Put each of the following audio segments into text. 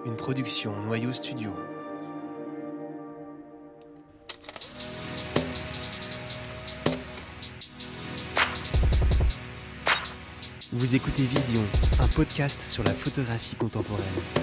une production Noyau Studio. Vous écoutez Vision, un podcast sur la photographie contemporaine.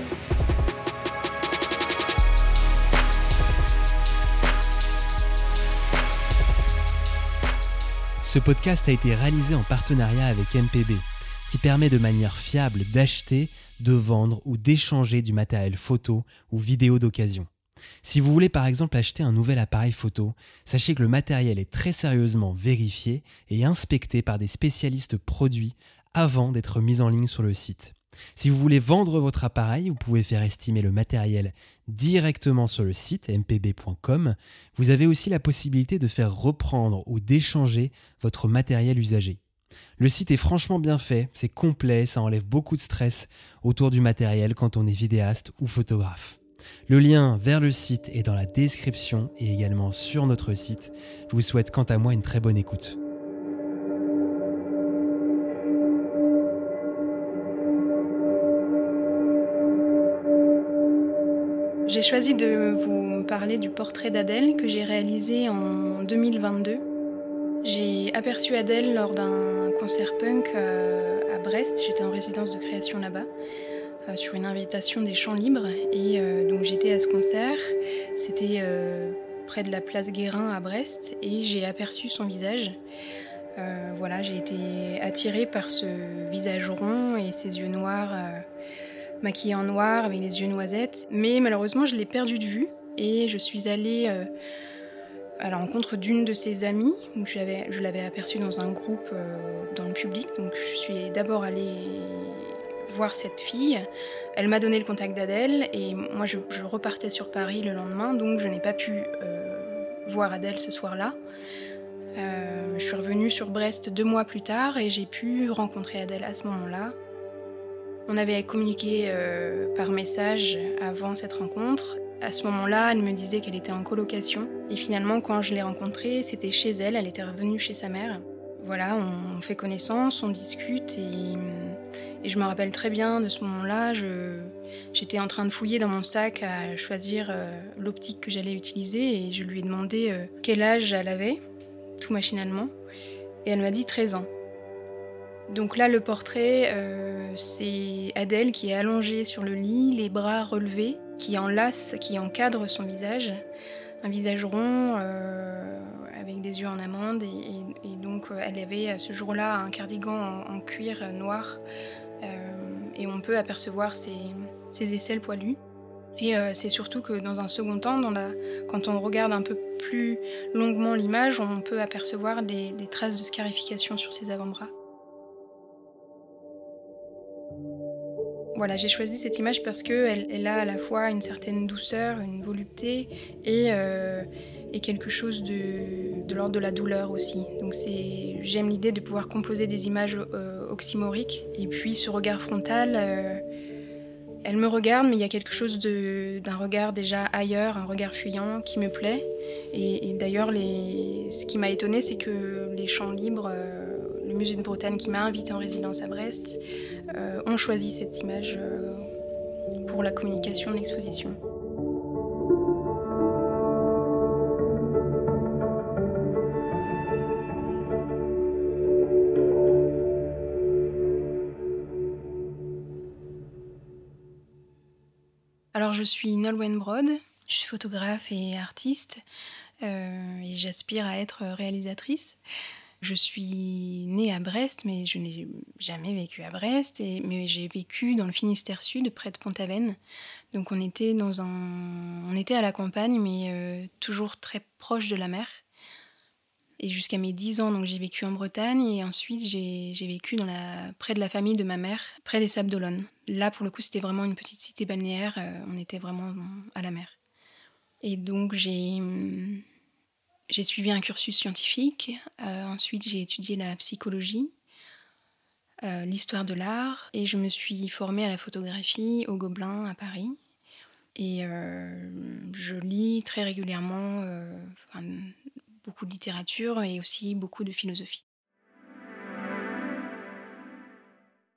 Ce podcast a été réalisé en partenariat avec MPB, qui permet de manière fiable d'acheter, de vendre ou d'échanger du matériel photo ou vidéo d'occasion. Si vous voulez par exemple acheter un nouvel appareil photo, sachez que le matériel est très sérieusement vérifié et inspecté par des spécialistes produits avant d'être mis en ligne sur le site. Si vous voulez vendre votre appareil, vous pouvez faire estimer le matériel directement sur le site mpb.com. Vous avez aussi la possibilité de faire reprendre ou d'échanger votre matériel usagé. Le site est franchement bien fait, c'est complet, ça enlève beaucoup de stress autour du matériel quand on est vidéaste ou photographe. Le lien vers le site est dans la description et également sur notre site. Je vous souhaite quant à moi une très bonne écoute. J'ai choisi de vous parler du portrait d'Adèle que j'ai réalisé en 2022. J'ai aperçu Adèle lors d'un concert punk à Brest. J'étais en résidence de création là-bas, sur une invitation des Champs Libres. Et donc j'étais à ce concert. C'était près de la place Guérin à Brest. Et j'ai aperçu son visage. J'ai été attirée par ce visage rond et ses yeux noirs, maquillée en noir avec les yeux noisettes. Mais malheureusement, je l'ai perdu de vue. Et je suis allée à la rencontre d'une de ses amies, où je l'avais aperçue dans un groupe dans le public. Donc je suis d'abord allée voir cette fille. Elle m'a donné le contact d'Adèle et moi je repartais sur Paris le lendemain, donc je n'ai pas pu voir Adèle ce soir-là. Je suis revenue sur Brest 2 mois plus tard et j'ai pu rencontrer Adèle à ce moment-là. On avait communiqué par message avant cette rencontre. À ce moment-là, elle me disait qu'elle était en colocation. Et finalement, quand je l'ai rencontrée, c'était chez elle. Elle était revenue chez sa mère. Voilà, on fait connaissance, on discute. Et je me rappelle très bien de ce moment-là. J'étais en train de fouiller dans mon sac à choisir l'optique que j'allais utiliser. Et je lui ai demandé quel âge elle avait, tout machinalement. Et elle m'a dit 13 ans. Donc là, le portrait, c'est Adèle qui est allongée sur le lit, les bras relevés, qui enlace, qui encadre son visage. Un visage rond, avec des yeux en amande. Et donc, elle avait ce jour-là un cardigan en cuir noir. Et on peut apercevoir ses aisselles poilues. Et c'est surtout que dans un second temps, quand on regarde un peu plus longuement l'image, on peut apercevoir des traces de scarification sur ses avant-bras. Voilà, j'ai choisi cette image parce qu'elle a à la fois une certaine douceur, une volupté et quelque chose de l'ordre de la douleur aussi. Donc j'aime l'idée de pouvoir composer des images oxymoriques. Et puis ce regard frontal, elle me regarde, mais il y a quelque chose d'un regard déjà ailleurs, un regard fuyant qui me plaît. Et d'ailleurs, ce qui m'a étonnée, c'est que les Champs Libres, le musée de Bretagne qui m'a invitée en résidence à Brest, ont choisi cette image pour la communication de l'exposition. Alors je suis Nolwenn Brod, je suis photographe et artiste et j'aspire à être réalisatrice. Je suis née à Brest, mais je n'ai jamais vécu à Brest. Mais j'ai vécu dans le Finistère Sud, près de Pont-Aven. Donc on était à la campagne, mais toujours très proche de la mer. Et jusqu'à mes 10 ans, donc j'ai vécu en Bretagne. Et ensuite, j'ai vécu près de la famille de ma mère, près des Sables d'Olonne. Là, pour le coup, c'était vraiment une petite cité balnéaire. On était vraiment à la mer. Et donc j'ai suivi un cursus scientifique, ensuite j'ai étudié la psychologie, l'histoire de l'art, et je me suis formée à la photographie au Gobelin à Paris. Et je lis très régulièrement beaucoup de littérature et aussi beaucoup de philosophie.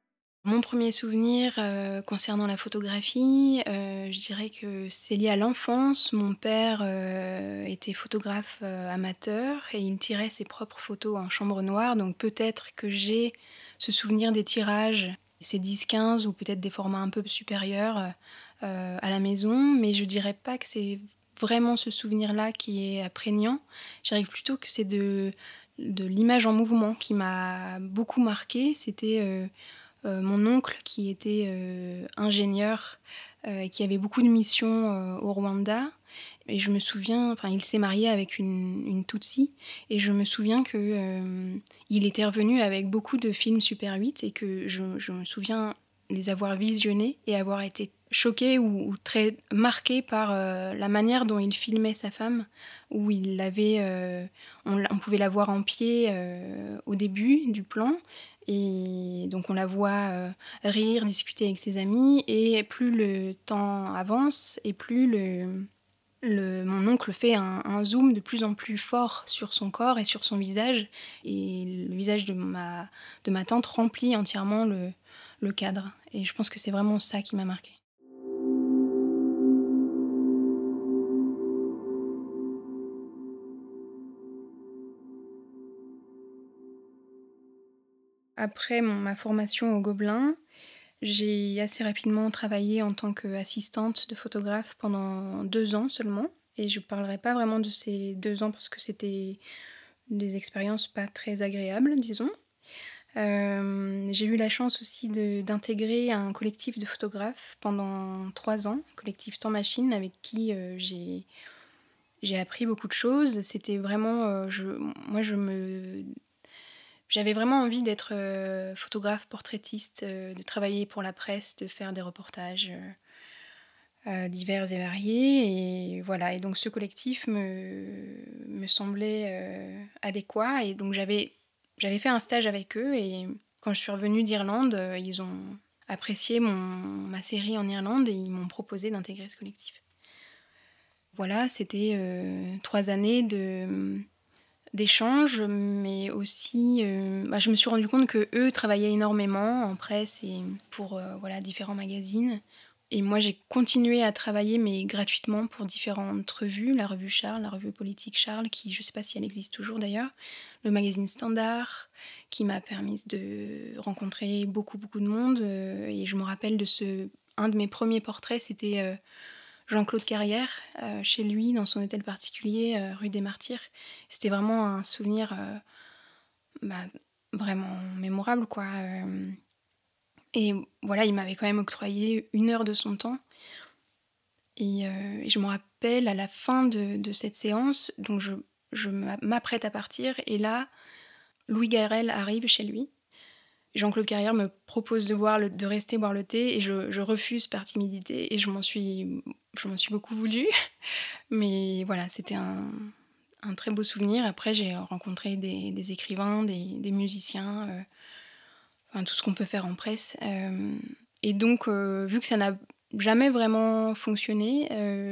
Mon premier souvenir, concernant la photographie, je dirais que c'est lié à l'enfance. Mon père, était photographe, amateur et il tirait ses propres photos en chambre noire, donc peut-être que j'ai ce souvenir des tirages, ces 10-15 ou peut-être des formats un peu supérieurs, à la maison, mais je dirais pas que c'est vraiment ce souvenir-là qui est, prégnant. Je dirais plutôt que c'est de l'image en mouvement qui m'a beaucoup marquée. C'était, mon oncle qui était, ingénieur, et qui avait beaucoup de missions, au Rwanda et je me souviens enfin, il s'est marié avec une Tutsi et je me souviens que, il était revenu avec beaucoup de films Super 8 et que je me souviens les avoir visionnés et avoir été choquée ou très marquée par, la manière dont il filmait sa femme, où il l'avait, on pouvait la voir en pied, au début du plan et donc on la voit, rire, discuter avec ses amis et plus le temps avance et plus mon oncle fait un zoom de plus en plus fort sur son corps et sur son visage et le visage de ma tante remplit entièrement le cadre et je pense que c'est vraiment ça qui m'a marquée. Après ma formation au Gobelin, j'ai assez rapidement travaillé en tant qu'assistante de photographe pendant 2 ans seulement et je parlerai pas vraiment de ces 2 ans parce que c'était des expériences pas très agréables, disons. J'ai eu la chance aussi d'intégrer un collectif de photographes pendant 3 ans, collectif Temps Machine avec qui, j'ai appris beaucoup de choses. C'était vraiment, moi j'avais vraiment envie d'être, photographe portraitiste, de travailler pour la presse, de faire des reportages, divers et variés et voilà et donc ce collectif me semblait, adéquat et donc j'avais fait un stage avec eux et quand je suis revenue d'Irlande, ils ont apprécié ma série en Irlande et ils m'ont proposé d'intégrer ce collectif. Voilà, c'était, 3 années d'échanges, mais aussi, je me suis rendu compte qu'eux travaillaient énormément en presse et pour, voilà, différents magazines et moi j'ai continué à travailler, mais gratuitement pour différentes revues, la revue Charles, la revue politique Charles, qui je sais pas si elle existe toujours d'ailleurs, le magazine Standard, qui m'a permis de rencontrer beaucoup, beaucoup de monde, et je me rappelle un de mes premiers portraits, c'était, Jean-Claude Carrière, chez lui, dans son hôtel particulier, rue des Martyrs. C'était vraiment un souvenir, bah, vraiment mémorable, quoi, et voilà, il m'avait quand même octroyé 1 heure de son temps et je me rappelle à la fin de cette séance, donc je m'apprête à partir et là, Louis Garrel arrive chez lui. Jean-Claude Carrière me propose de rester boire le thé et je refuse par timidité et je m'en suis beaucoup voulu. Mais voilà, c'était un très beau souvenir. Après, j'ai rencontré des écrivains, des musiciens, enfin tout ce qu'on peut faire en presse. Et donc, vu que ça n'a jamais vraiment fonctionné,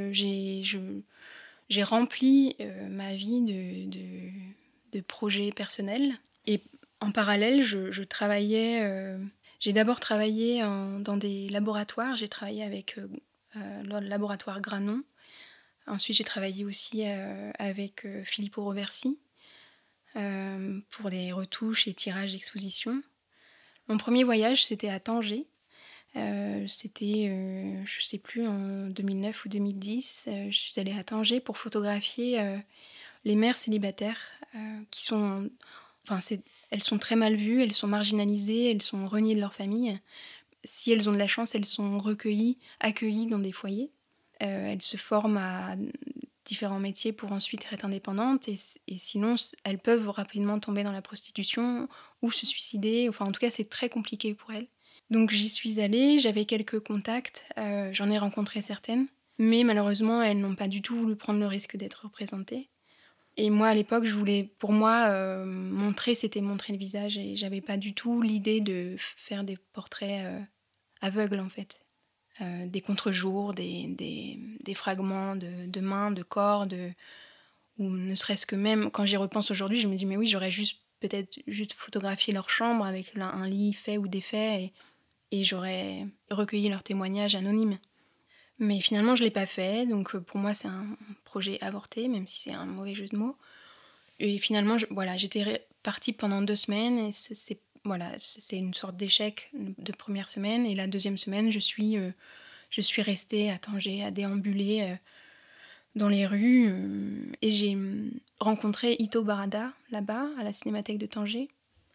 j'ai rempli ma vie de projets personnels. Et en parallèle, je travaillais. J'ai d'abord travaillé dans des laboratoires. J'ai travaillé avec le laboratoire Granon. Ensuite, j'ai travaillé aussi avec Filippo Roversi pour les retouches et tirages d'exposition. Mon premier voyage, c'était à Tanger. C'était, je ne sais plus, en 2009 ou 2010. Je suis allée à Tanger pour photographier les mères célibataires qui sont... Enfin, elles sont très mal vues, elles sont marginalisées, elles sont reniées de leur famille. Si elles ont de la chance, elles sont recueillies, accueillies dans des foyers. Elles se forment à différents métiers pour ensuite être indépendantes et sinon elles peuvent rapidement tomber dans la prostitution ou se suicider. Enfin, en tout cas, c'est très compliqué pour elles. Donc j'y suis allée, j'avais quelques contacts, j'en ai rencontré certaines, mais malheureusement, elles n'ont pas du tout voulu prendre le risque d'être représentées. Et moi, à l'époque, pour moi, c'était montrer le visage et j'avais pas du tout l'idée de faire des portraits aveugles, en fait. Des contre-jours, des fragments de mains, de corps, ou ne serait-ce que même, quand j'y repense aujourd'hui, je me dis, mais oui, j'aurais peut-être juste photographié leur chambre avec un lit fait ou défait et j'aurais recueilli leurs témoignages anonymes. Mais finalement, je ne l'ai pas fait, donc pour moi, c'est un projet avorté, même si c'est un mauvais jeu de mots. Et finalement, j'étais partie pendant 2 semaines et c'est une sorte d'échec de première semaine. Et la deuxième semaine, je suis restée à Tanger, à déambuler dans les rues. Et j'ai rencontré Ito Barada, là-bas, à la Cinémathèque de Tanger.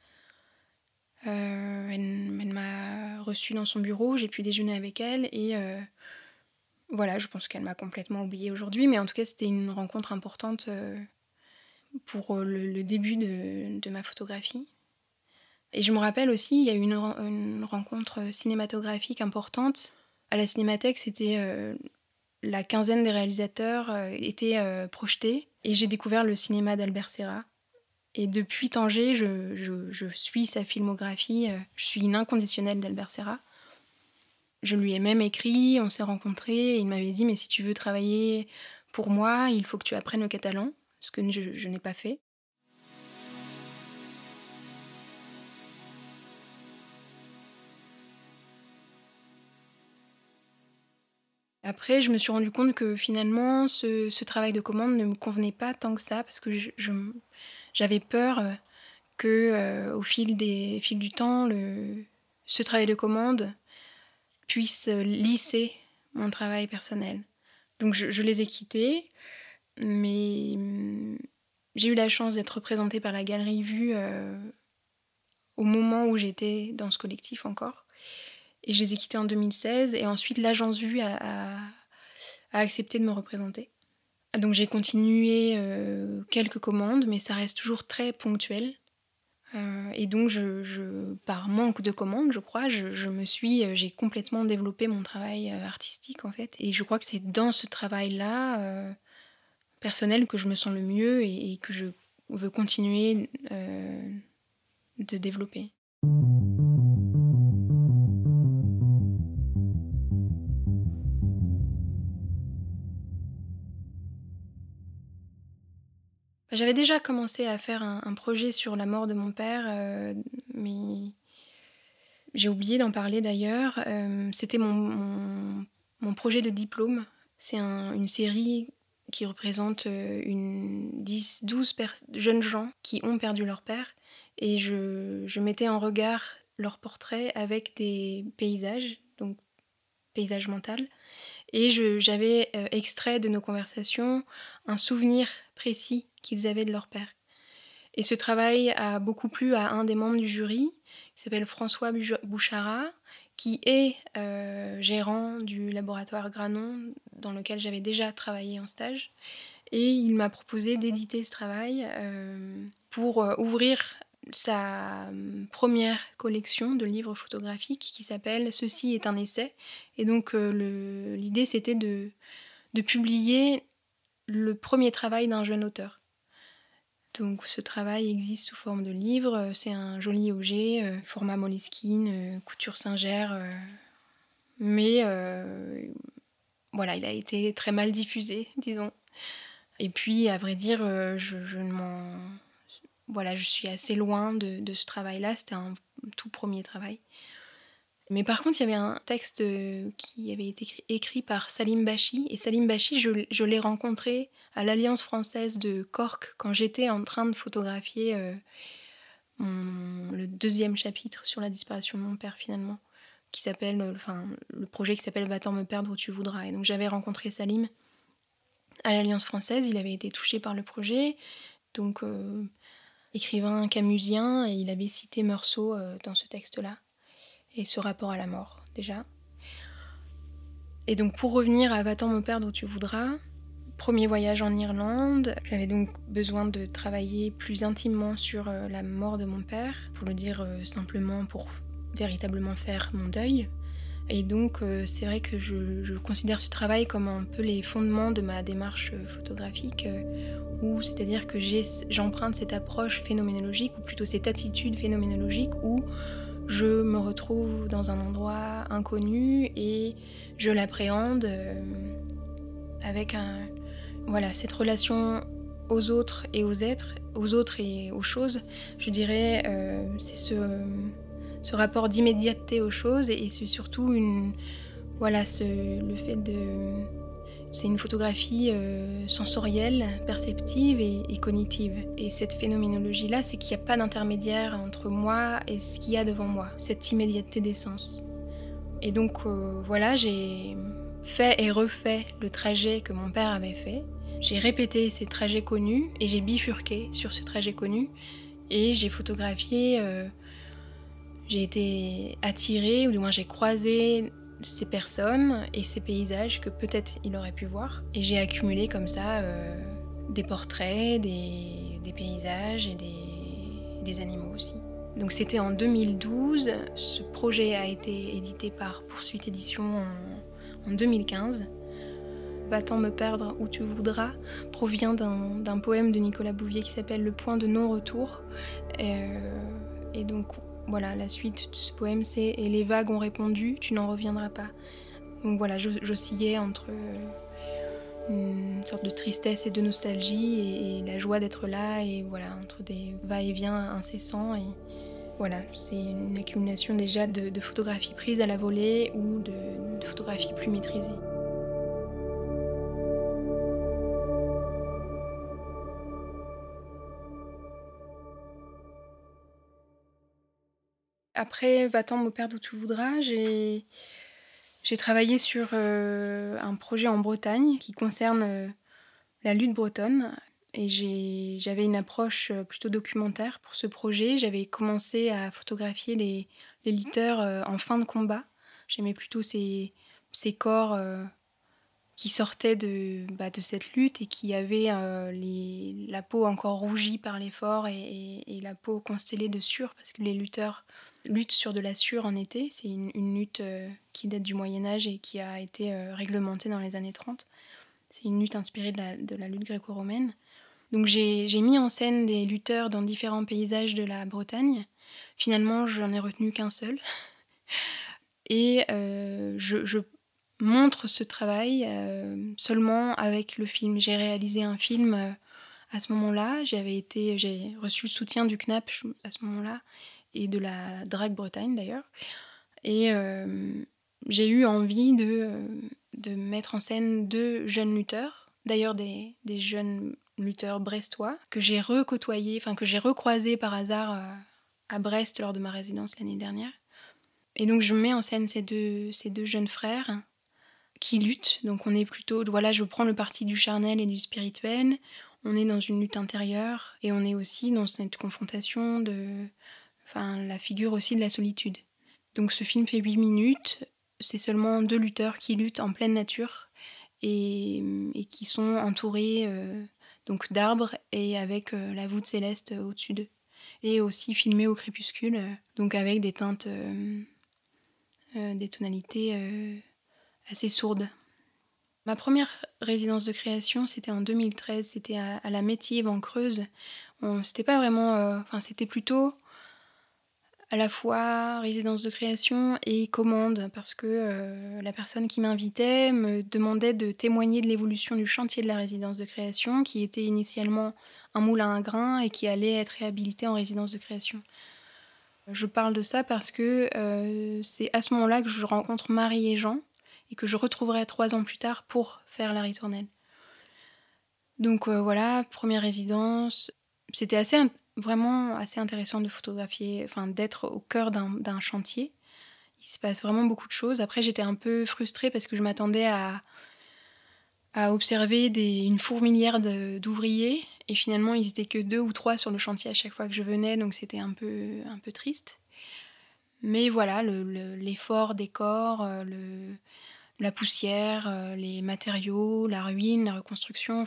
Elle m'a reçue dans son bureau, j'ai pu déjeuner avec elle et je pense qu'elle m'a complètement oubliée aujourd'hui, mais en tout cas c'était une rencontre importante pour le début de ma photographie. Et je me rappelle aussi, il y a eu une rencontre cinématographique importante. À la Cinémathèque, c'était la quinzaine des réalisateurs étaient projetés et j'ai découvert le cinéma d'Albert Serra. Et depuis Tanger, je suis sa filmographie. Je suis une inconditionnelle d'Albert Serra. Je lui ai même écrit, on s'est rencontrés, et il m'avait dit « Mais si tu veux travailler pour moi, il faut que tu apprennes le catalan », ce que je n'ai pas fait. Après, je me suis rendu compte que finalement, ce travail de commande ne me convenait pas tant que ça, parce que j'avais peur que, au fil du temps, ce travail de commande puisse lisser mon travail personnel. Donc je les ai quittés, mais j'ai eu la chance d'être représentée par la Galerie Vue au moment où j'étais dans ce collectif encore. Et je les ai quittés en 2016, et ensuite l'agence Vue a accepté de me représenter. Donc j'ai continué quelques commandes, mais ça reste toujours très ponctuel. Et donc, par manque de commandes, je crois, j'ai complètement développé mon travail artistique, en fait. Et je crois que c'est dans ce travail-là, personnel, que je me sens le mieux et que je veux continuer de développer. J'avais déjà commencé à faire un projet sur la mort de mon père, mais j'ai oublié d'en parler d'ailleurs. C'était mon projet de diplôme. C'est une série qui représente 10-12 jeunes gens qui ont perdu leur père. Et je mettais en regard leurs portraits avec des paysages, donc paysage mental. Et j'avais extrait de nos conversations un souvenir précis qu'ils avaient de leur père. Et ce travail a beaucoup plu à un des membres du jury, qui s'appelle François Bouchara, qui est gérant du laboratoire Granon, dans lequel j'avais déjà travaillé en stage. Et il m'a proposé d'éditer ce travail pour ouvrir sa première collection de livres photographiques qui s'appelle « Ceci est un essai ». Et donc l'idée, c'était de publier le premier travail d'un jeune auteur. Donc ce travail existe sous forme de livre, c'est un joli objet, format Moleskine, couture Singer, mais il a été très mal diffusé, disons. Et puis, à vrai dire, je suis assez loin de ce travail-là, c'était un tout premier travail. Mais par contre, il y avait un texte qui avait été écrit par Salim Bachi. Et Salim Bachi, je l'ai rencontré à l'Alliance française de Cork quand j'étais en train de photographier le deuxième chapitre sur la disparition de mon père, finalement, qui s'appelle, le projet qui s'appelle « Va-t'en me perdre où tu voudras ». Et donc j'avais rencontré Salim à l'Alliance française, il avait été touché par le projet, donc écrivain camusien, et il avait cité Meursault dans ce texte-là. Et ce rapport à la mort, déjà. Et donc, pour revenir à Va-t'en me perdre où tu voudras, premier voyage en Irlande, j'avais donc besoin de travailler plus intimement sur la mort de mon père, pour le dire simplement, pour véritablement faire mon deuil. Et donc, c'est vrai que je considère ce travail comme un peu les fondements de ma démarche photographique, c'est-à-dire que j'emprunte cette approche phénoménologique, ou plutôt cette attitude phénoménologique, où je me retrouve dans un endroit inconnu et je l'appréhende avec cette relation aux autres et aux êtres, aux autres et aux choses. Je dirais, c'est ce rapport d'immédiateté aux choses et c'est surtout le fait de... C'est une photographie sensorielle, perceptive et cognitive. Et cette phénoménologie-là, c'est qu'il n'y a pas d'intermédiaire entre moi et ce qu'il y a devant moi, cette immédiateté des sens. Et donc j'ai fait et refait le trajet que mon père avait fait. J'ai répété ces trajets connus et j'ai bifurqué sur ce trajet connu. Et j'ai photographié, j'ai été attirée, ou du moins j'ai croisé ces personnes et ces paysages que peut-être il aurait pu voir. Et j'ai accumulé comme ça des portraits, des paysages et des animaux aussi. Donc c'était en 2012, ce projet a été édité par Poursuite Édition en 2015. Va-t'en me perdre où tu voudras provient d'un poème de Nicolas Bouvier qui s'appelle Le point de non-retour. Et donc voilà, la suite de ce poème, c'est « Et les vagues ont répondu, tu n'en reviendras pas ». Donc voilà, j'oscillais entre une sorte de tristesse et de nostalgie et la joie d'être là, et voilà, entre des va-et-vient incessants. Et voilà, c'est une accumulation déjà de photographies prises à la volée ou de photographies plus maîtrisées. Après Va-t'en me perdre où tu voudras, j'ai travaillé sur un projet en Bretagne qui concerne la lutte bretonne. Et j'avais une approche plutôt documentaire pour ce projet. J'avais commencé à photographier les lutteurs en fin de combat. J'aimais plutôt ces corps qui sortaient de cette lutte et qui avaient la peau encore rougie par l'effort et la peau constellée de sueur, parce que les lutteurs luttent sur de la sueur en été. C'est une lutte qui date du Moyen-Âge et qui a été réglementée dans les années 30. C'est une lutte inspirée de la lutte gréco-romaine. Donc j'ai mis en scène des lutteurs dans différents paysages de la Bretagne. Finalement, j'en ai retenu qu'un seul. Et je montre ce travail seulement avec le film. J'ai réalisé un film à ce moment-là. J'ai reçu le soutien du CNAP à ce moment-là et de la DRAC Bretagne d'ailleurs. Et j'ai eu envie de mettre en scène 2 jeunes lutteurs, d'ailleurs des jeunes lutteurs brestois que j'ai recroisés par hasard à Brest lors de ma résidence l'année dernière. Et donc je mets en scène ces deux jeunes frères qui luttent. Donc on est plutôt, voilà, je prends le parti du charnel et du spirituel. On est dans une lutte intérieure et on est aussi dans cette confrontation la figure aussi de la solitude. Donc ce film fait 8 minutes. C'est seulement 2 lutteurs qui luttent en pleine nature et qui sont entourés donc d'arbres et avec la voûte céleste au-dessus d'eux. Et aussi filmés au crépuscule, donc avec des teintes, des tonalités assez sourdes. Ma première résidence de création, c'était en 2013, c'était à la Métive en Creuse. C'était pas vraiment... c'était plutôt à la fois résidence de création et commande, parce que la personne qui m'invitait me demandait de témoigner de l'évolution du chantier de la résidence de création, qui était initialement un moulin à grains et qui allait être réhabilité en résidence de création. Je parle de ça parce que c'est à ce moment-là que je rencontre Marie et Jean, et que je retrouverai 3 ans plus tard pour faire la ritournelle. Donc voilà, première résidence. C'était vraiment assez intéressant de photographier, d'être au cœur d'un chantier. Il se passe vraiment beaucoup de choses. Après, j'étais un peu frustrée parce que je m'attendais à observer une fourmilière d'ouvriers. Et finalement, ils étaient que 2 ou 3 sur le chantier à chaque fois que je venais, donc c'était un peu triste. Mais voilà, l'effort des corps, la poussière, les matériaux, la ruine, la reconstruction,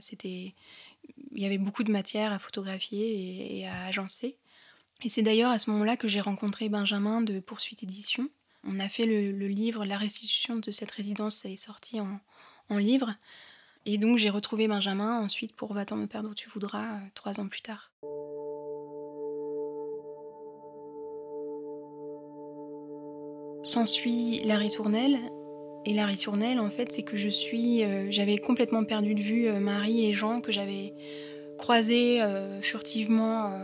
il y avait beaucoup de matière à photographier et à agencer. Et c'est d'ailleurs à ce moment-là que j'ai rencontré Benjamin de Poursuite Édition. On a fait le livre, la restitution de cette résidence est sortie en livre. Et donc j'ai retrouvé Benjamin ensuite pour Va-t'en me perdre où tu voudras 3 ans plus tard. S'ensuit la ritournelle. Et la ritournelle, en fait, c'est que j'avais complètement perdu de vue Marie et Jean, que j'avais croisés furtivement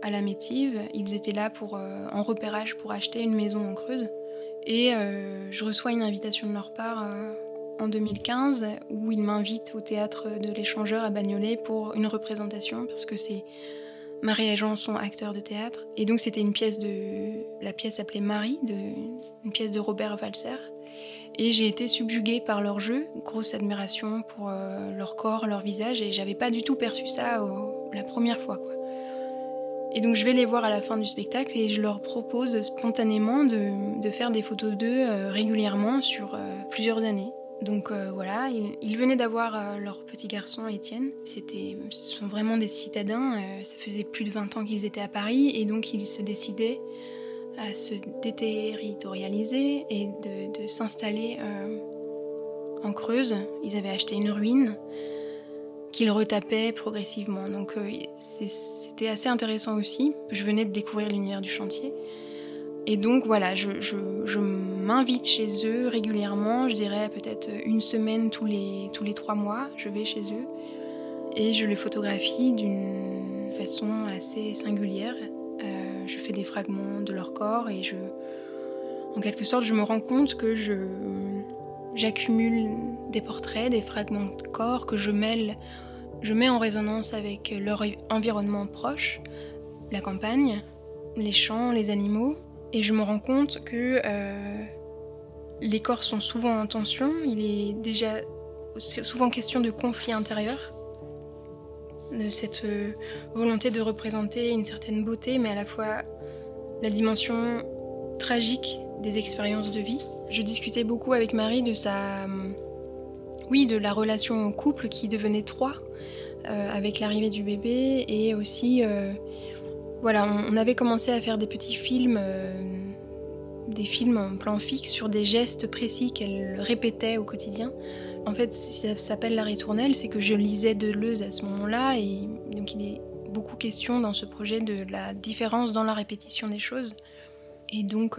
à la Métive. Ils étaient là en repérage pour acheter une maison en Creuse. Et je reçois une invitation de leur part en 2015 où ils m'invitent au théâtre de l'Échangeur à Bagnolet pour une représentation parce que Marie et Jean sont acteurs de théâtre. Et donc c'était la pièce s'appelait Marie, une pièce de Robert Walser. Et j'ai été subjuguée par leur jeu, grosse admiration pour leur corps, leur visage, et j'avais pas du tout perçu ça la première fois, quoi. Et donc je vais les voir à la fin du spectacle et je leur propose spontanément de faire des photos d'eux régulièrement sur plusieurs années. Donc voilà, ils venaient d'avoir leur petit garçon Étienne. Ce sont vraiment des citadins, ça faisait plus de 20 ans qu'ils étaient à Paris et donc ils se décidaient à se déterritorialiser et de s'installer en Creuse. Ils avaient acheté une ruine qu'ils retapaient progressivement. Donc c'était assez intéressant aussi. Je venais de découvrir l'univers du chantier. Et donc voilà, je m'invite chez eux régulièrement, je dirais peut-être une semaine tous les 3 mois, je vais chez eux. Et je les photographie d'une façon assez singulière. Je fais des fragments de leur corps et en quelque sorte, je me rends compte que j'accumule des portraits, des fragments de corps que je mets en résonance avec leur environnement proche, la campagne, les champs, les animaux. Et je me rends compte que les corps sont souvent en tension. C'est souvent question de conflit intérieur, de cette volonté de représenter une certaine beauté, mais à la fois la dimension tragique des expériences de vie. Je discutais beaucoup avec Marie de la relation au couple qui devenait 3 avec l'arrivée du bébé et aussi on avait commencé à faire des petits films, des films en plan fixe sur des gestes précis qu'elle répétait au quotidien. En fait, ça s'appelle La Ritournelle, c'est que je lisais Deleuze à ce moment-là et donc il est beaucoup question dans ce projet de la différence dans la répétition des choses. Et donc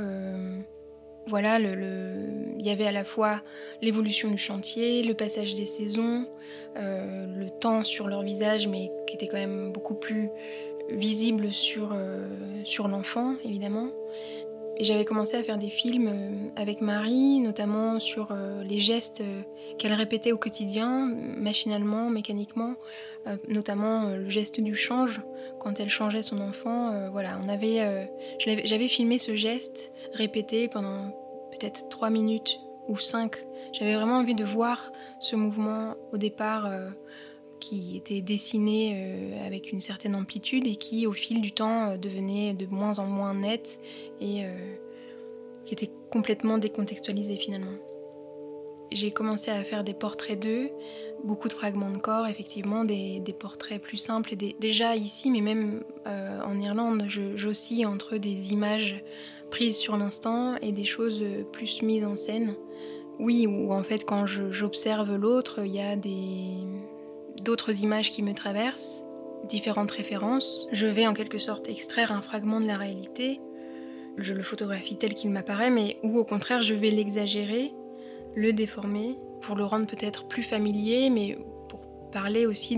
il y avait à la fois l'évolution du chantier, le passage des saisons, le temps sur leur visage, mais qui était quand même beaucoup plus visible sur l'enfant, évidemment. Et j'avais commencé à faire des films avec Marie, notamment sur les gestes qu'elle répétait au quotidien, machinalement, mécaniquement, notamment le geste du change, quand elle changeait son enfant. J'avais filmé ce geste répété pendant peut-être 3 minutes ou 5. J'avais vraiment envie de voir ce mouvement au départ qui était dessiné avec une certaine amplitude et qui, au fil du temps, devenait de moins en moins net et qui était complètement décontextualisé finalement. J'ai commencé à faire des portraits d'eux, beaucoup de fragments de corps, effectivement, des portraits plus simples. Déjà ici, mais même en Irlande, j'oscille entre des images prises sur l'instant et des choses plus mises en scène. Oui, où en fait, quand j'observe l'autre, il y a d'autres images qui me traversent, différentes références. Je vais en quelque sorte extraire un fragment de la réalité. Je le photographie tel qu'il m'apparaît, mais ou au contraire, je vais l'exagérer, le déformer, pour le rendre peut-être plus familier, mais pour parler aussi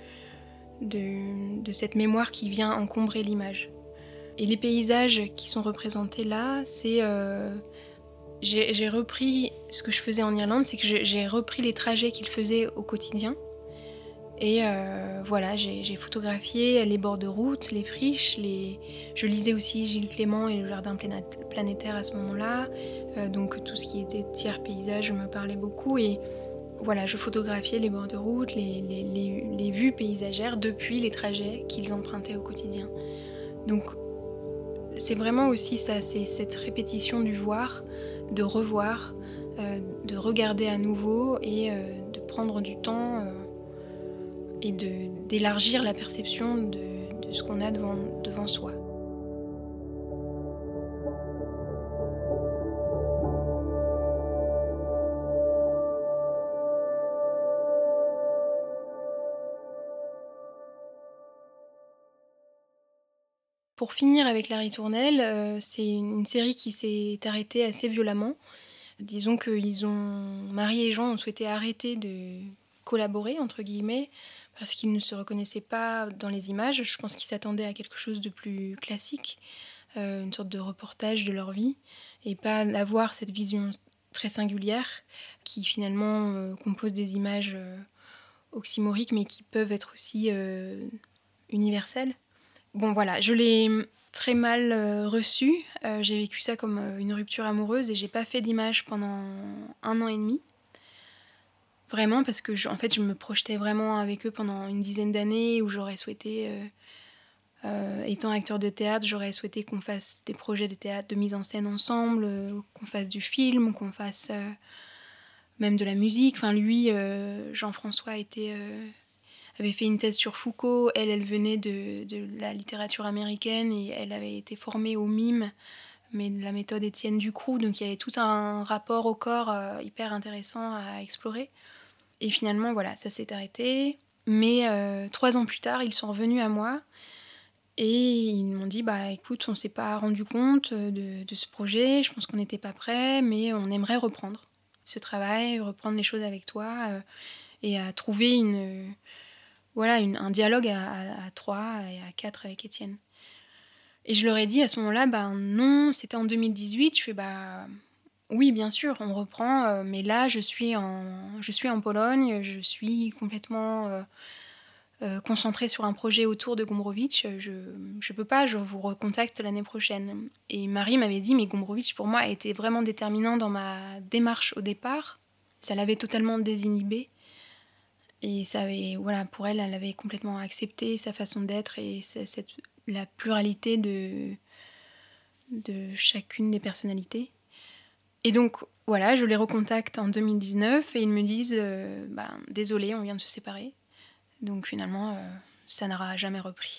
de cette mémoire qui vient encombrer l'image. Et les paysages qui sont représentés là, c'est... j'ai repris ce que je faisais en Irlande, c'est que j'ai repris les trajets qu'ils faisaient au quotidien. Et j'ai photographié les bords de route, les friches, je lisais aussi Gilles Clément et le jardin planétaire à ce moment-là, donc tout ce qui était tiers paysage me parlait beaucoup et voilà, je photographiais les bords de route, les vues paysagères depuis les trajets qu'ils empruntaient au quotidien. Donc c'est vraiment aussi ça, c'est cette répétition du voir, de revoir, de regarder à nouveau et de prendre du temps et d'élargir la perception de ce qu'on a devant soi. Pour finir avec La Ritournelle, c'est une série qui s'est arrêtée assez violemment. Disons que Marie et Jean ont souhaité arrêter de collaborer, entre guillemets, parce qu'ils ne se reconnaissaient pas dans les images. Je pense qu'ils s'attendaient à quelque chose de plus classique, une sorte de reportage de leur vie, et pas d'avoir cette vision très singulière qui finalement compose des images oxymoriques, mais qui peuvent être aussi universelles. Bon voilà, je l'ai très mal reçu. J'ai vécu ça comme une rupture amoureuse et j'ai pas fait d'image pendant 1 an et demi. Vraiment, parce que en fait, je me projetais vraiment avec eux pendant une dizaine d'années où j'aurais souhaité, étant acteur de théâtre, j'aurais souhaité qu'on fasse des projets de théâtre, de mise en scène ensemble, qu'on fasse du film, qu'on fasse même de la musique. Enfin, lui, Jean-François, avait fait une thèse sur Foucault. Elle venait de la littérature américaine et elle avait été formée au mime, mais de la méthode Étienne Ducroux. Donc il y avait tout un rapport au corps hyper intéressant à explorer. Et finalement, voilà, ça s'est arrêté. Mais 3 ans plus tard, ils sont revenus à moi et ils m'ont dit bah écoute, on s'est pas rendu compte de ce projet, je pense qu'on n'était pas prêts, mais on aimerait reprendre ce travail, reprendre les choses avec toi et à trouver un dialogue à 3 et à 4 avec Étienne. Et je leur ai dit à ce moment-là, bah non, c'était en 2018, je fais bah oui, bien sûr, on reprend, mais là, je suis en Pologne, je suis complètement concentrée sur un projet autour de Gombrowicz. Je peux pas, je vous recontacte l'année prochaine. Et Marie m'avait dit, mais Gombrowicz, pour moi, a été vraiment déterminant dans ma démarche au départ. Ça l'avait totalement désinhibée. Et ça avait, voilà, pour elle, elle avait complètement accepté sa façon d'être et la pluralité de chacune des personnalités. Et donc, voilà, je les recontacte en 2019 et ils me disent désolé, on vient de se séparer. Donc finalement, ça n'aura jamais repris.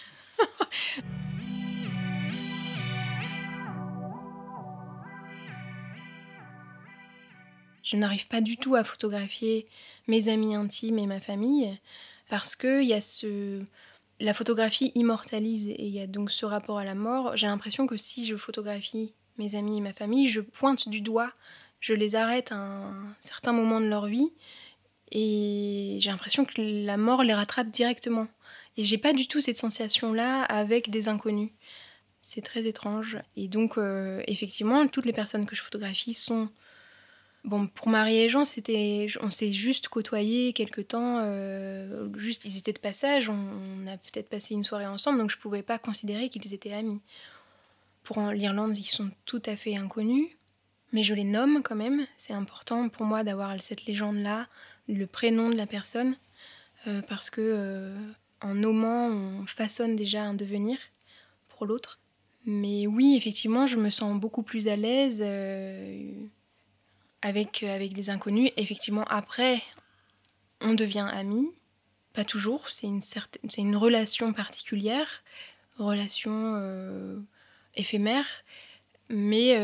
Je n'arrive pas du tout à photographier mes amis intimes et ma famille parce que la photographie immortalise et il y a donc ce rapport à la mort. J'ai l'impression que si je photographie mes amis et ma famille, je pointe du doigt, je les arrête à un certain moment de leur vie et j'ai l'impression que la mort les rattrape directement. Et j'ai pas du tout cette sensation-là avec des inconnus. C'est très étrange. Et donc, effectivement, toutes les personnes que je photographie sont... Bon, pour Marie et Jean, on s'est juste côtoyés quelque temps. Juste, ils étaient de passage. On a peut-être passé une soirée ensemble, donc je pouvais pas considérer qu'ils étaient amis. Pour l'Irlande, ils sont tout à fait inconnus. Mais je les nomme quand même. C'est important pour moi d'avoir cette légende-là, le prénom de la personne, parce que en nommant, on façonne déjà un devenir pour l'autre. Mais oui, effectivement, je me sens beaucoup plus à l'aise avec des inconnus. Effectivement, après, on devient amis. Pas toujours, c'est une relation particulière, relation éphémère, mais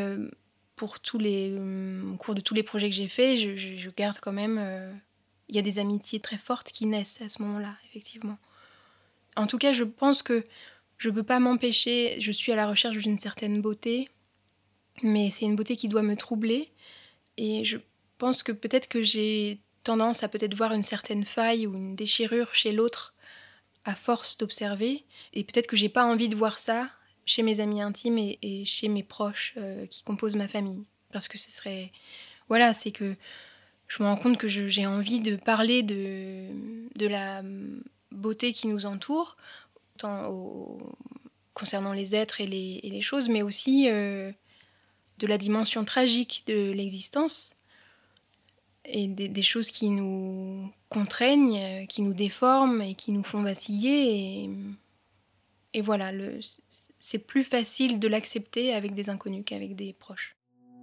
au cours de tous les projets que j'ai faits, je garde quand même... Il y a des amitiés très fortes qui naissent à ce moment-là, effectivement. En tout cas, je pense que je ne peux pas m'empêcher, je suis à la recherche d'une certaine beauté, mais c'est une beauté qui doit me troubler. Et je pense que peut-être que j'ai tendance à peut-être voir une certaine faille ou une déchirure chez l'autre à force d'observer. Et peut-être que j'ai pas envie de voir ça chez mes amis intimes et chez mes proches qui composent ma famille. Parce que ce serait... Voilà, c'est que je me rends compte que j'ai envie de parler de la beauté qui nous entoure, concernant les êtres et les choses, mais aussi de la dimension tragique de l'existence et des choses qui nous contraignent, qui nous déforment et qui nous font vaciller. Et voilà, c'est plus facile de l'accepter avec des inconnus qu'avec des proches.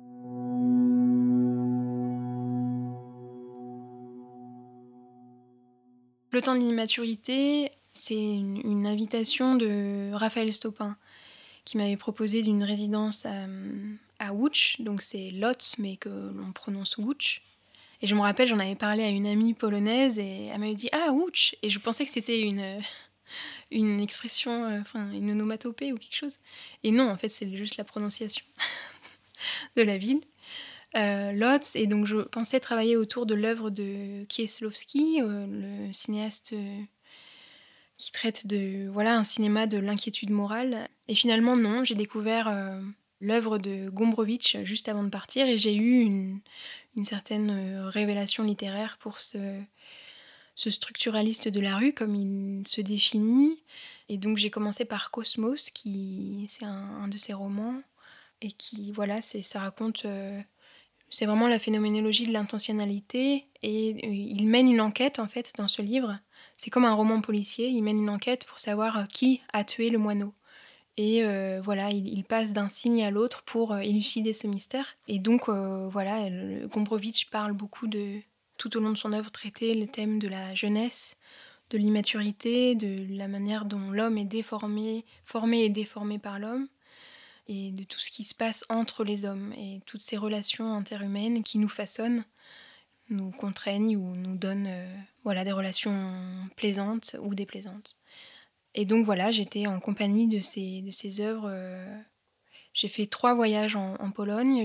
Le temps de l'immaturité, c'est une invitation de Raphaël Stopin qui m'avait proposé d'une résidence à Łódź, donc c'est Łódź mais que l'on prononce Łódź. Et je me rappelle, j'en avais parlé à une amie polonaise et elle m'avait dit « Ah, Łódź !» Et je pensais que c'était une expression, une onomatopée ou quelque chose. Et non, en fait, c'est juste la prononciation de la ville. Łódź, et donc je pensais travailler autour de l'œuvre de Kieślowski, le cinéaste, qui traite de un cinéma de l'inquiétude morale, et finalement non, j'ai découvert, l'œuvre de Gombrowicz juste avant de partir, et j'ai eu une certaine, révélation littéraire pour ce structuraliste de la rue comme il se définit, et donc j'ai commencé par Cosmos, qui c'est un de ses romans, et qui ça raconte, c'est vraiment la phénoménologie de l'intentionnalité, et il mène une enquête en fait dans ce livre. C'est comme un roman policier, il mène une enquête pour savoir qui a tué le moineau. Et il passe d'un signe à l'autre pour élucider ce mystère. Et donc Gombrowicz parle beaucoup tout au long de son œuvre, traiter le thème de la jeunesse, de l'immaturité, de la manière dont l'homme est déformé, formé et déformé par l'homme, et de tout ce qui se passe entre les hommes et toutes ces relations interhumaines qui nous façonnent, nous contraignent ou nous donnent des relations plaisantes ou déplaisantes. Et donc j'étais en compagnie de ces œuvres. J'ai fait 3 voyages en Pologne.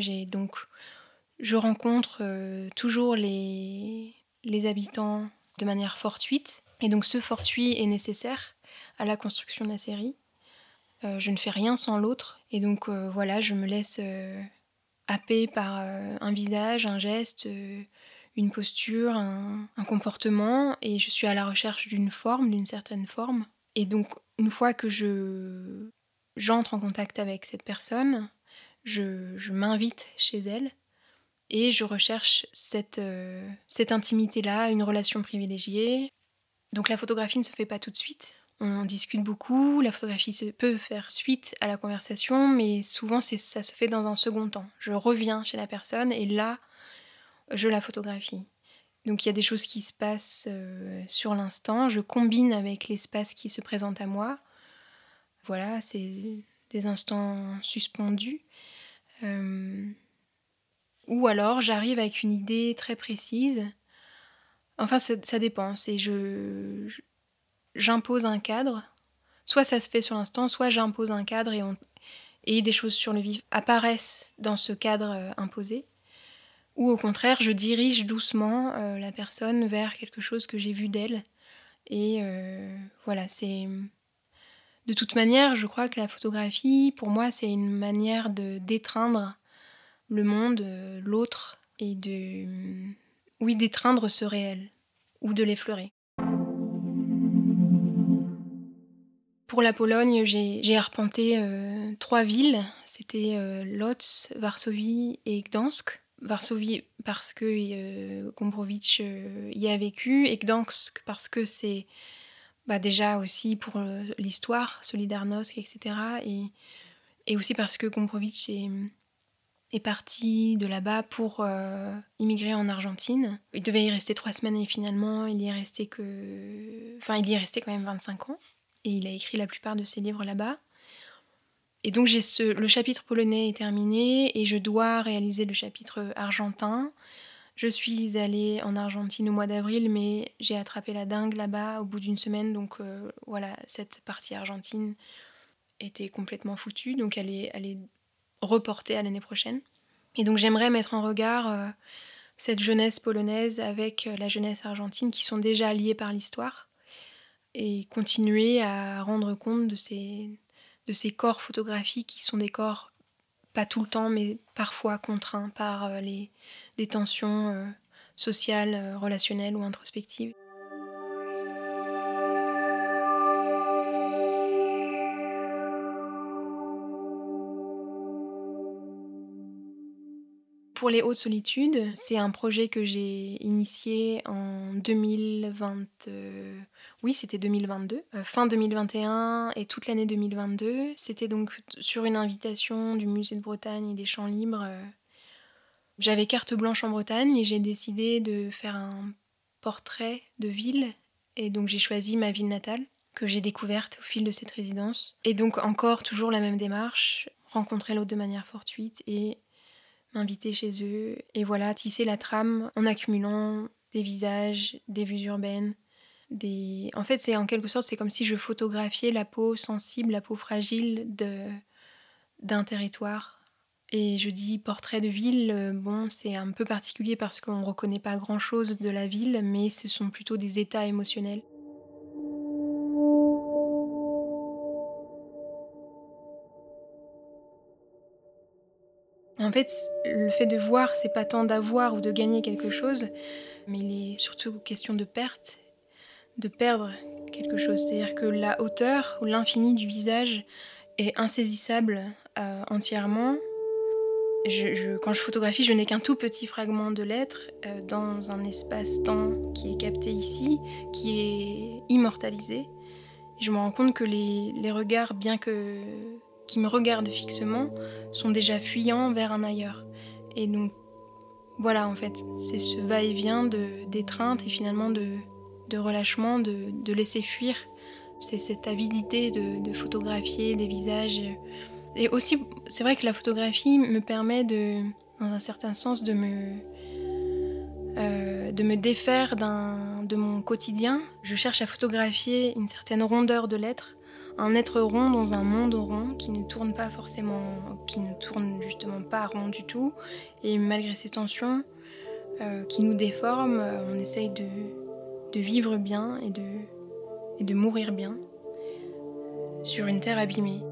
Je rencontre toujours les habitants de manière fortuite, et donc ce fortuit est nécessaire à la construction de la série. Je ne fais rien sans l'autre, et donc je me laisse happer par un visage, un geste, une posture, un comportement, et je suis à la recherche d'une certaine forme. Et donc une fois que j'entre en contact avec cette personne, je m'invite chez elle, et je recherche cette intimité-là, une relation privilégiée. Donc la photographie ne se fait pas tout de suite. On discute beaucoup, la photographie peut faire suite à la conversation, mais souvent ça se fait dans un second temps. Je reviens chez la personne et là, je la photographie. Donc il y a des choses qui se passent sur l'instant, je combine avec l'espace qui se présente à moi. Voilà, c'est des instants suspendus. Ou alors j'arrive avec une idée très précise. Enfin, ça dépend. J'impose un cadre. Soit ça se fait sur l'instant, soit j'impose un cadre, et des choses sur le vif apparaissent dans ce cadre imposé. Ou au contraire, je dirige doucement la personne vers quelque chose que j'ai vu d'elle. Et c'est... De toute manière, je crois que la photographie, pour moi, c'est une manière d'étreindre le monde, l'autre, et d'étreindre ce réel, ou de l'effleurer. Pour la Pologne, j'ai arpenté 3 villes. C'était Łódź, Varsovie et Gdańsk. Varsovie parce que Gombrowicz y a vécu, et Gdańsk parce que c'est déjà aussi pour l'histoire, Solidarnosc, etc. Et aussi parce que Gombrowicz est parti de là-bas pour immigrer en Argentine. Il devait y rester 3 semaines, et finalement il y est resté quand même 25 ans. Et il a écrit la plupart de ses livres là-bas. Et donc le chapitre polonais est terminé, et je dois réaliser le chapitre argentin. Je suis allée en Argentine au mois d'avril, mais j'ai attrapé la dengue là-bas au bout d'une semaine, donc cette partie argentine était complètement foutue, donc elle est reportée à l'année prochaine. Et donc j'aimerais mettre en regard cette jeunesse polonaise avec la jeunesse argentine, qui sont déjà liées par l'histoire, et continuer à rendre compte de ces corps photographiques qui sont des corps, pas tout le temps, mais parfois contraints par des tensions sociales, relationnelles ou introspectives. Pour les Hautes Solitudes, c'est un projet que j'ai initié en 2020. Oui, c'était 2022. Fin 2021 et toute l'année 2022. C'était donc sur une invitation du Musée de Bretagne et des Champs Libres. J'avais carte blanche en Bretagne, et j'ai décidé de faire un portrait de ville. Et donc j'ai choisi ma ville natale, que j'ai découverte au fil de cette résidence. Et donc encore toujours la même démarche, rencontrer l'autre de manière fortuite et m'inviter chez eux, et tisser la trame en accumulant des visages, des vues urbaines. En fait, c'est en quelque sorte, c'est comme si je photographiais la peau sensible, la peau fragile d'un territoire. Et je dis portrait de ville, bon, c'est un peu particulier parce qu'on ne reconnaît pas grand-chose de la ville, mais ce sont plutôt des états émotionnels. En fait, le fait de voir, c'est pas tant d'avoir ou de gagner quelque chose, mais il est surtout question de perte, de perdre quelque chose. C'est-à-dire que la hauteur ou l'infini du visage est insaisissable entièrement. Quand je photographie, je n'ai qu'un tout petit fragment de l'être dans un espace-temps qui est capté ici, qui est immortalisé. Et je me rends compte que les regards, qui me regardent fixement, sont déjà fuyants vers un ailleurs. Et donc, voilà, en fait, c'est ce va-et-vient d'étreinte et finalement de relâchement, de laisser fuir. C'est cette avidité de photographier des visages. Et aussi, c'est vrai que la photographie me permet dans un certain sens, de me défaire de mon quotidien. Je cherche à photographier une certaine rondeur de l'être, un être rond dans un monde rond qui ne tourne pas forcément, qui ne tourne justement pas rond du tout. Et malgré ces tensions qui nous déforment, on essaye de vivre bien et de mourir bien sur une terre abîmée.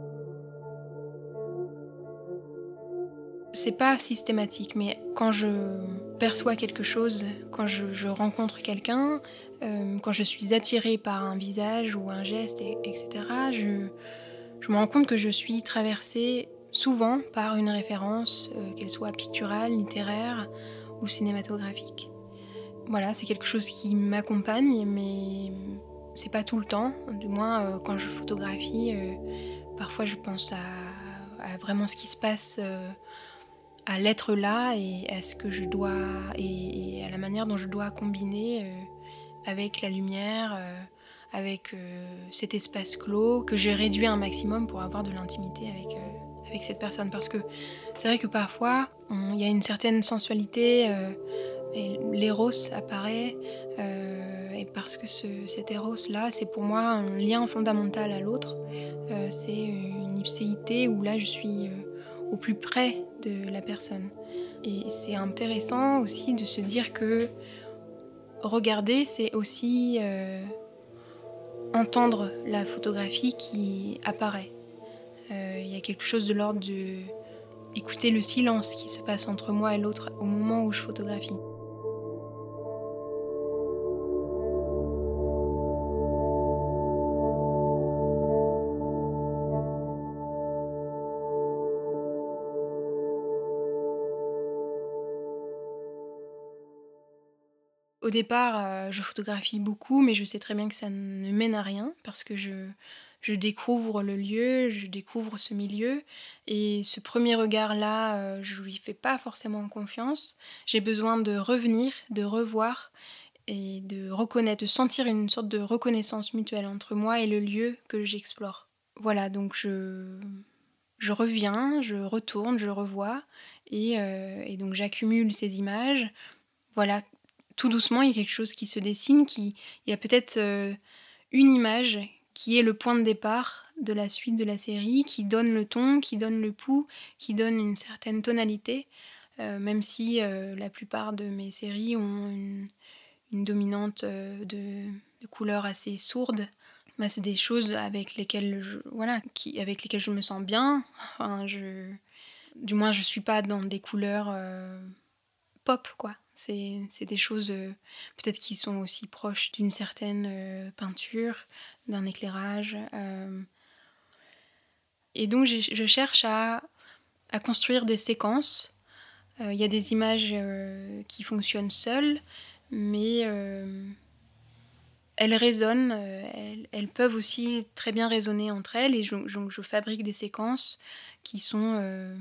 C'est pas systématique, mais quand je perçois quelque chose, quand je rencontre quelqu'un, quand je suis attirée par un visage ou un geste, etc., je me rends compte que je suis traversée souvent par une référence, qu'elle soit picturale, littéraire ou cinématographique. Voilà, c'est quelque chose qui m'accompagne, mais c'est pas tout le temps. Du moins, quand je photographie, parfois je pense à vraiment ce qui se passe, à l'être là et à ce que je dois et à la manière dont je dois combiner avec la lumière, avec cet espace clos que j'ai réduit un maximum pour avoir de l'intimité avec cette personne. Parce que c'est vrai que parfois il y a une certaine sensualité et l'éros apparaît et parce que cet éros là, c'est pour moi un lien fondamental à l'autre. C'est une ipséité où là je suis au plus près de la personne. Et c'est intéressant aussi de se dire que regarder, c'est aussi entendre la photographie qui apparaît. Il y a quelque chose de l'ordre de écouter le silence qui se passe entre moi et l'autre au moment où je photographie. Au départ, je photographie beaucoup, mais je sais très bien que ça ne mène à rien parce que je découvre le lieu, je découvre ce milieu et ce premier regard-là, je lui fais pas forcément confiance. J'ai besoin de revenir, de revoir et de reconnaître, de sentir une sorte de reconnaissance mutuelle entre moi et le lieu que j'explore. Voilà, donc je reviens, je retourne, je revois et donc j'accumule ces images. Voilà, tout doucement, il y a quelque chose qui se dessine, il y a peut-être une image qui est le point de départ de la suite de la série, qui donne le ton, qui donne le pouls, qui donne une certaine tonalité, même si la plupart de mes séries ont une dominante de couleurs assez sourdes. Bah, c'est des choses avec lesquelles avec lesquelles je me sens bien. Enfin, du moins, je suis pas dans des couleurs pop, quoi. C'est des choses peut-être qui sont aussi proches d'une certaine peinture, d'un éclairage. Et donc je cherche à construire des séquences. Il y a des images qui fonctionnent seules, mais elles résonnent, elles peuvent aussi très bien résonner entre elles. Et je fabrique des séquences qui sont...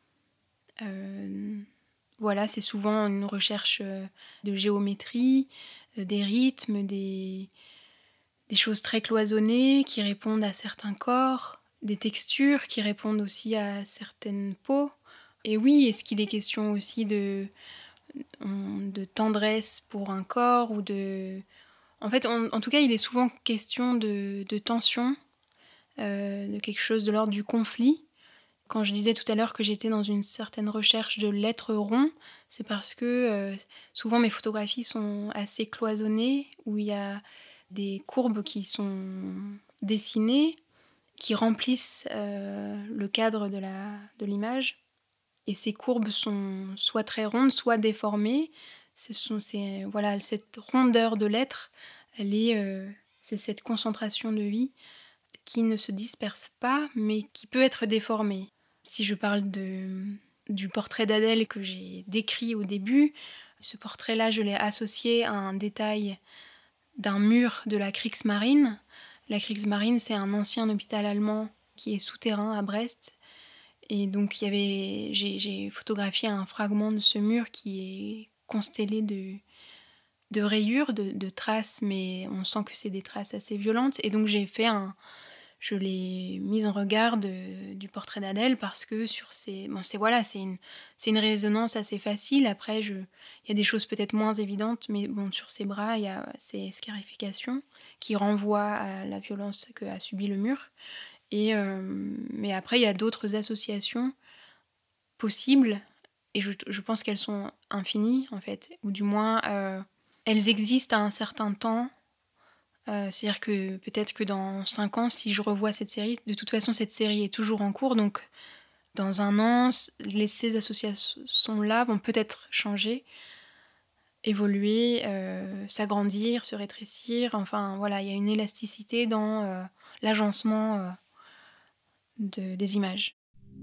voilà, c'est souvent une recherche de géométrie, des rythmes, des choses très cloisonnées qui répondent à certains corps, des textures qui répondent aussi à certaines peaux. Et oui, est-ce qu'il est question aussi de tendresse pour un corps ou de... En fait, en tout cas, il est souvent question de tension, de quelque chose de l'ordre du conflit. Quand je disais tout à l'heure que j'étais dans une certaine recherche de l'être rond, c'est parce que, souvent mes photographies sont assez cloisonnées, où il y a des courbes qui sont dessinées, qui remplissent, le cadre de l'image et ces courbes sont soit très rondes, soit déformées. Voilà, cette rondeur de l'être, c'est cette concentration de vie qui ne se disperse pas, mais qui peut être déformée. Si je parle du portrait d'Adèle que j'ai décrit au début, ce portrait-là, je l'ai associé à un détail d'un mur de la Kriegsmarine. La Kriegsmarine, c'est un ancien hôpital allemand qui est souterrain à Brest. Et donc j'ai photographié un fragment de ce mur qui est constellé de rayures, de traces, mais on sent que c'est des traces assez violentes. Et donc je l'ai mise en regard du portrait d'Adèle parce que c'est une résonance assez facile. Après, il y a des choses peut-être moins évidentes, mais bon, sur ses bras, il y a ces scarifications qui renvoient à la violence qu'a subi le mur. Mais après, il y a d'autres associations possibles, et je pense qu'elles sont infinies, en fait, ou du moins, elles existent à un certain temps. C'est-à-dire que peut-être que dans 5 ans, si je revois cette série, de toute façon, cette série est toujours en cours, donc dans 1 an, ces associations-là vont peut-être changer, évoluer, s'agrandir, se rétrécir. Enfin, voilà, il y a une élasticité dans l'agencement des images.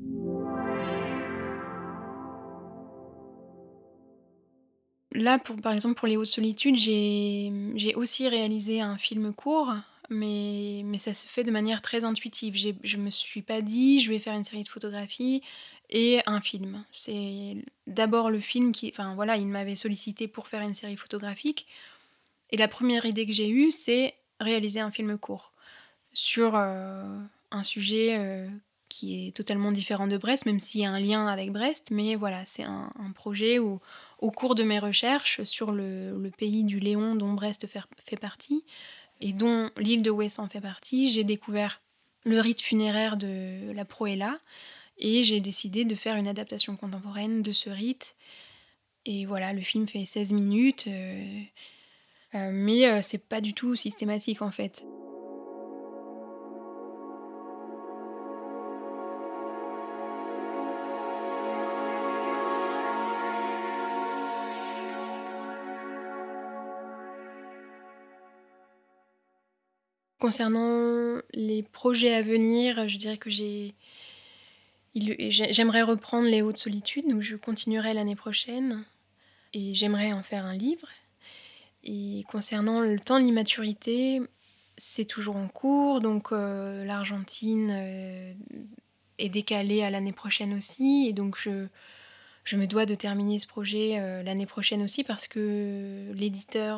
Là, par exemple, pour les Hautes Solitudes, j'ai aussi réalisé un film court, mais ça se fait de manière très intuitive. Je me suis pas dit: «Je vais faire une série de photographies et un film». C'est d'abord le film enfin voilà, il m'avait sollicité pour faire une série photographique et la première idée que j'ai eue, c'est réaliser un film court sur, un sujet, qui est totalement différent de Brest, même s'il y a un lien avec Brest. Mais voilà, c'est un projet où, au cours de mes recherches sur le pays du Léon dont Brest fait partie et dont l'île de Ouessant fait partie, j'ai découvert le rite funéraire de la Proëlla et j'ai décidé de faire une adaptation contemporaine de ce rite. Et voilà, le film fait 16 minutes, mais c'est pas du tout systématique en fait. Concernant les projets à venir, je dirais que j'aimerais reprendre les Hautes Solitudes, donc je continuerai l'année prochaine et j'aimerais en faire un livre. Et concernant le temps de l'immaturité, c'est toujours en cours, donc l'Argentine est décalée à l'année prochaine aussi, et donc je me dois de terminer ce projet l'année prochaine aussi parce que l'éditeur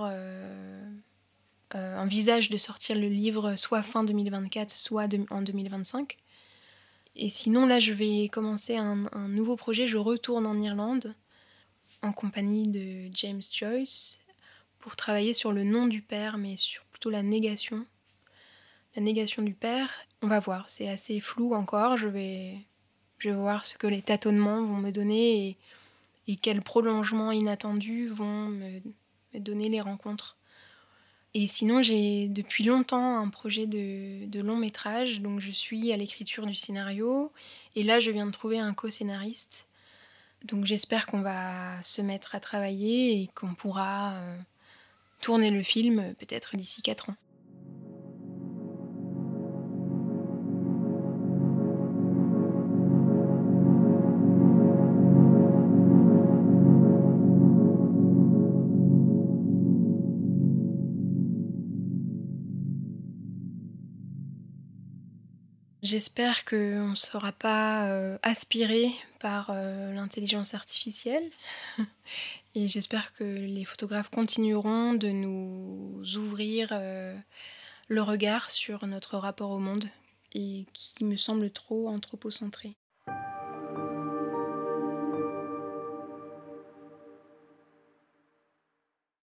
envisage de sortir le livre soit fin 2024, soit en 2025. Et sinon, là, je vais commencer un nouveau projet. Je retourne en Irlande en compagnie de James Joyce pour travailler sur le nom du père, mais sur plutôt la négation. La négation du père. On va voir, c'est assez flou encore. Je vais voir ce que les tâtonnements vont me donner et quels prolongements inattendus vont me donner les rencontres. Et sinon, j'ai depuis longtemps un projet de long métrage, donc je suis à l'écriture du scénario. Et là, je viens de trouver un co-scénariste. Donc j'espère qu'on va se mettre à travailler et qu'on pourra tourner le film peut-être d'ici 4 ans. J'espère qu'on ne sera pas aspiré par l'intelligence artificielle et j'espère que les photographes continueront de nous ouvrir le regard sur notre rapport au monde et qui me semble trop anthropocentré.